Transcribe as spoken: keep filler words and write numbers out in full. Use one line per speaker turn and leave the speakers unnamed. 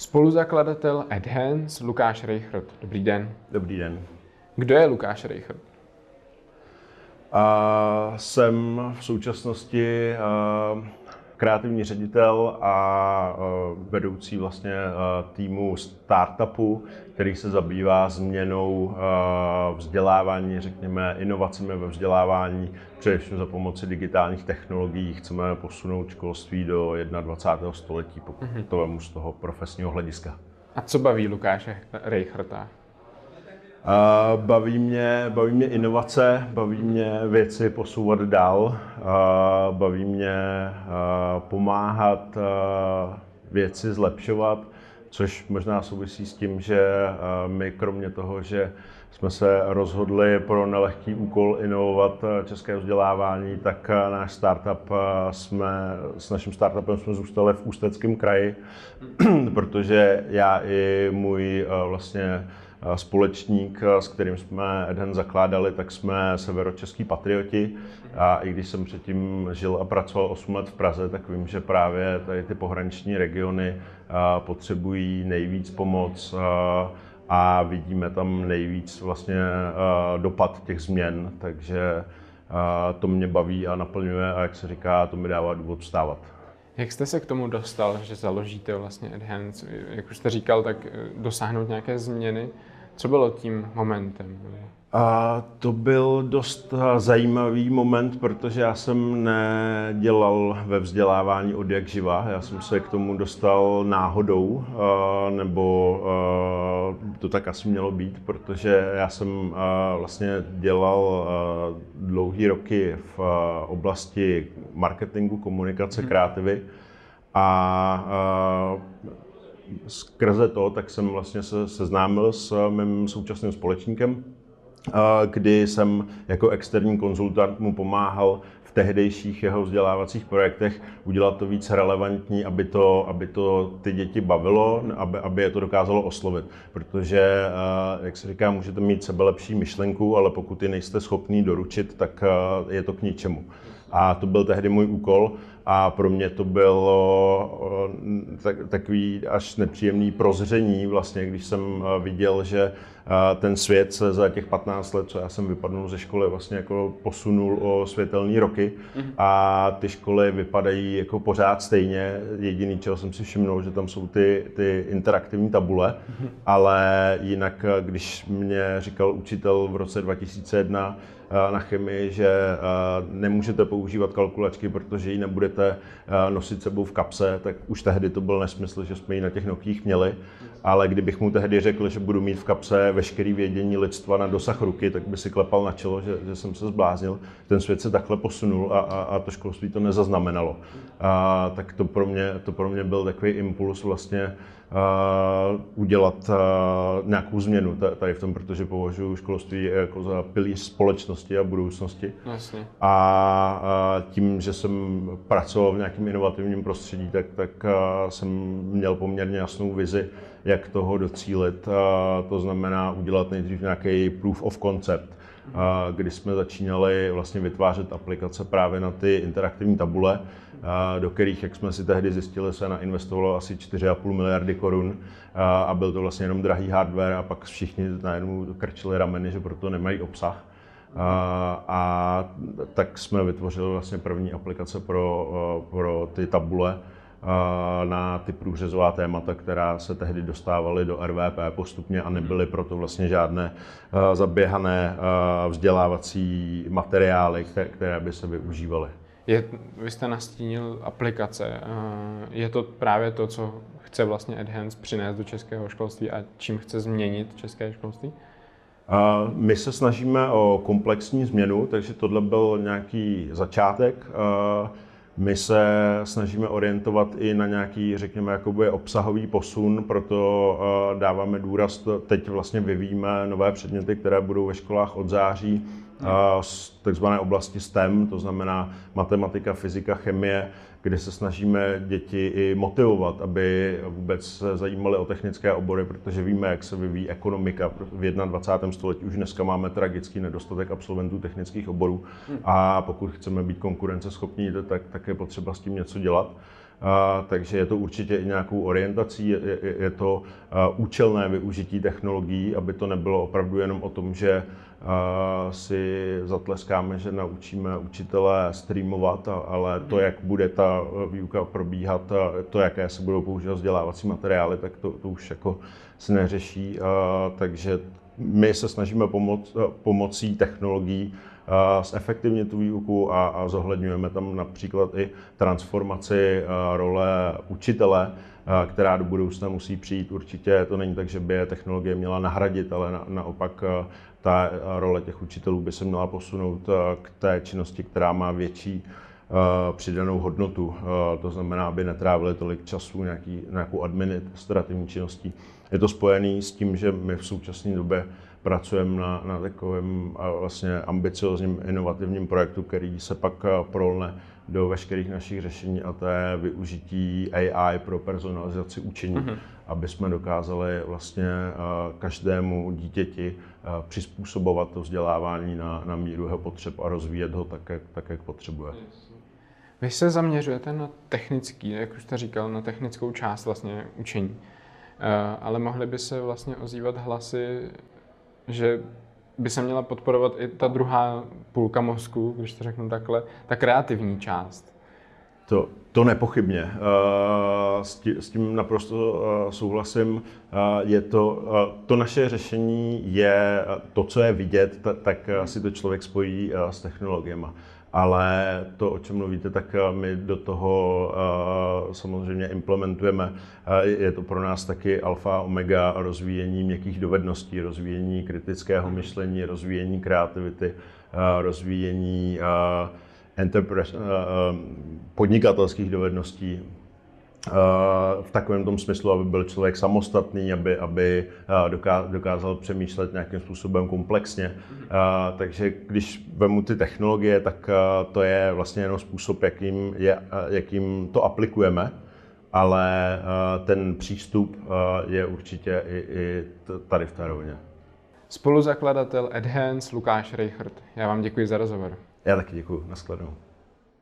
Spoluzakladatel Enhance Lukáš Rejchrt. Dobrý den.
Dobrý den.
Kdo je Lukáš Rejchrt?
A jsem v současnosti uh, kreativní ředitel a uh, vedoucí vlastně uh, týmu startupu, který se zabývá změnou uh, vzdělávání, řekněme, inovacemi ve vzdělávání, především za pomoci digitálních technologií. Chceme posunout školství do dvacátého prvního století, pokud mm-hmm. to vemu z toho profesního hlediska.
A co baví Lukáše Rejchrta?
Uh, baví mě, baví mě inovace, baví mě věci posouvat dál, uh, baví mě uh, pomáhat uh, věci zlepšovat, což možná souvisí s tím, že uh, my kromě toho, že jsme se rozhodli pro nelehký úkol inovovat české vzdělávání, tak uh, náš startup uh, jsme, s naším startupem jsme zůstali v Ústeckém kraji, protože já i můj uh, vlastně společník, s kterým jsme Enhance zakládali, tak jsme severočeský patrioti. A i když jsem předtím žil a pracoval osm let v Praze, tak vím, že právě tady ty pohraniční regiony potřebují nejvíc pomoc a vidíme tam nejvíc vlastně dopad těch změn. Takže to mě baví a naplňuje a jak se říká, to mi dává důvod vstávat.
Jak jste se k tomu dostal, že založíte vlastně Enhance? Jak už jste říkal, tak dosáhnout nějaké změny. Co bylo tím momentem?
A to byl dost zajímavý moment, protože já jsem nedělal ve vzdělávání od jak živa. Já jsem se k tomu dostal náhodou, nebo to tak asi mělo být, protože já jsem vlastně dělal dlouhý roky v oblasti marketingu, komunikace, kreativy a skrze to tak jsem vlastně se seznámil s mým současným společníkem, kdy jsem jako externí konzultant mu pomáhal v tehdejších jeho vzdělávacích projektech udělat to víc relevantní, aby to, aby to ty děti bavilo, aby, aby je to dokázalo oslovit. Protože, jak se říká, můžete mít sebelepší myšlenku, ale pokud ji nejste schopný doručit, tak je to k ničemu. A to byl tehdy můj úkol a pro mě to bylo tak, takový až nepříjemný prozření, vlastně, když jsem viděl, že ten svět se za těch patnáct let, co já jsem vypadnul ze školy, vlastně jako posunul o světelný roky a ty školy vypadají jako pořád stejně. Jediný, čeho jsem si všimnul, že tam jsou ty, ty interaktivní tabule, ale jinak, když mě říkal učitel v roce dva tisíce jedna na chemii, že nemůžete používat kalkulačky, protože ji nebudete nosit sebou v kapse, tak už tehdy to byl nesmysl, že jsme ji na těch nokých měli. Ale kdybych mu tehdy řekl, že budu mít v kapse veškerý vědění lidstva na dosah ruky, tak by si klepal na čelo, že, že jsem se zbláznil. Ten svět se takhle posunul a, a, a to školství to nezaznamenalo. A, tak to pro mě, to pro mě byl takový impuls vlastně Uh, udělat uh, nějakou změnu tady v tom, protože považuji školství jako za pilíř společnosti a budoucnosti.
Jasně.
A uh, tím, že jsem pracoval v nějakém inovativním prostředí, tak, tak uh, jsem měl poměrně jasnou vizi, jak toho docílit. Uh, to znamená udělat nejdřív nějaký proof of concept, uh, kdy jsme začínali vlastně vytvářet aplikace právě na ty interaktivní tabule, do kterých, jak jsme si tehdy zjistili, se nainvestovalo asi čtyři a půl miliardy korun a byl to vlastně jenom drahý hardware a pak všichni najednou krčili rameny, že proto nemají obsah. A, a tak jsme vytvořili vlastně první aplikace pro, pro ty tabule na ty průřezová témata, která se tehdy dostávaly do R V P postupně a nebyly proto vlastně žádné zaběhané vzdělávací materiály, které by se využívaly.
Je, vy jste nastínil aplikace. Je to právě to, co chce vlastně Enhance přinést do českého školství a čím chce změnit české školství?
My se snažíme o komplexní změnu, takže tohle byl nějaký začátek. My se snažíme orientovat i na nějaký, řekněme, jakoby obsahový posun, proto dáváme důraz, teď vlastně vyvíjíme nové předměty, které budou ve školách od září z takzvané oblasti STEM, to znamená matematika, fyzika, chemie, kde se snažíme děti i motivovat, aby vůbec se zajímali o technické obory, protože víme, jak se vyvíjí ekonomika. V dvacátém prvním století už dneska máme tragický nedostatek absolventů technických oborů a pokud chceme být konkurenceschopní, tak, tak je potřeba s tím něco dělat. A, takže je to určitě i nějakou orientací, je, je, je to a, účelné využití technologií, aby to nebylo opravdu jenom o tom, že a, si zatleskáme, že naučíme učitele streamovat, a, ale to, jak bude ta výuka probíhat, a to, jaké se budou používat vzdělávací materiály, tak to, to už jako se neřeší. A, takže my se snažíme pomoct, pomocí technologií zefektivnit tu výuku a, a zohledňujeme tam například i transformaci role učitele, která do budoucna musí přijít. Určitě to není tak, že by je technologie měla nahradit, ale na, naopak ta role těch učitelů by se měla posunout k té činnosti, která má větší přidanou hodnotu. To znamená, aby netrávili tolik času nějaký, nějakou administrativní činností. Je to spojené s tím, že my v současné době pracujeme na, na takovém vlastně ambiciozním inovativním projektu, který se pak prolne do veškerých našich řešení, a to je využití A I pro personalizaci učení, mm-hmm. aby jsme dokázali vlastně každému dítěti přizpůsobovat to vzdělávání na, na míru jeho potřeb a rozvíjet ho tak, jak, tak, jak potřebuje.
Vy se zaměřujete na technický, jak už jste říkal, na technickou část vlastně učení, ale mohly by se vlastně ozývat hlasy, že by se měla podporovat i ta druhá půlka mozku, když to řeknu takhle, ta kreativní část.
To, to nepochybně. S tím, s tím naprosto souhlasím. Je to, to naše řešení je to, co je vidět, tak si to člověk spojí s technologiemi. Ale to, o čem mluvíte, tak my do toho samozřejmě implementujeme. Je to pro nás taky alfa omega rozvíjení měkkých dovedností, rozvíjení kritického myšlení, rozvíjení kreativity, rozvíjení podnikatelských dovedností. V takovém tom smyslu, aby byl člověk samostatný, aby, aby dokázal přemýšlet nějakým způsobem komplexně. Takže když vemu ty technologie, tak to je vlastně jenom způsob, jakým, je, jakým to aplikujeme, ale ten přístup je určitě i, i tady v té rovině.
Spoluzakladatel Adhance Lukáš Reichert. Já vám děkuji za rozhovor.
Já taky děkuji. Nashledanou.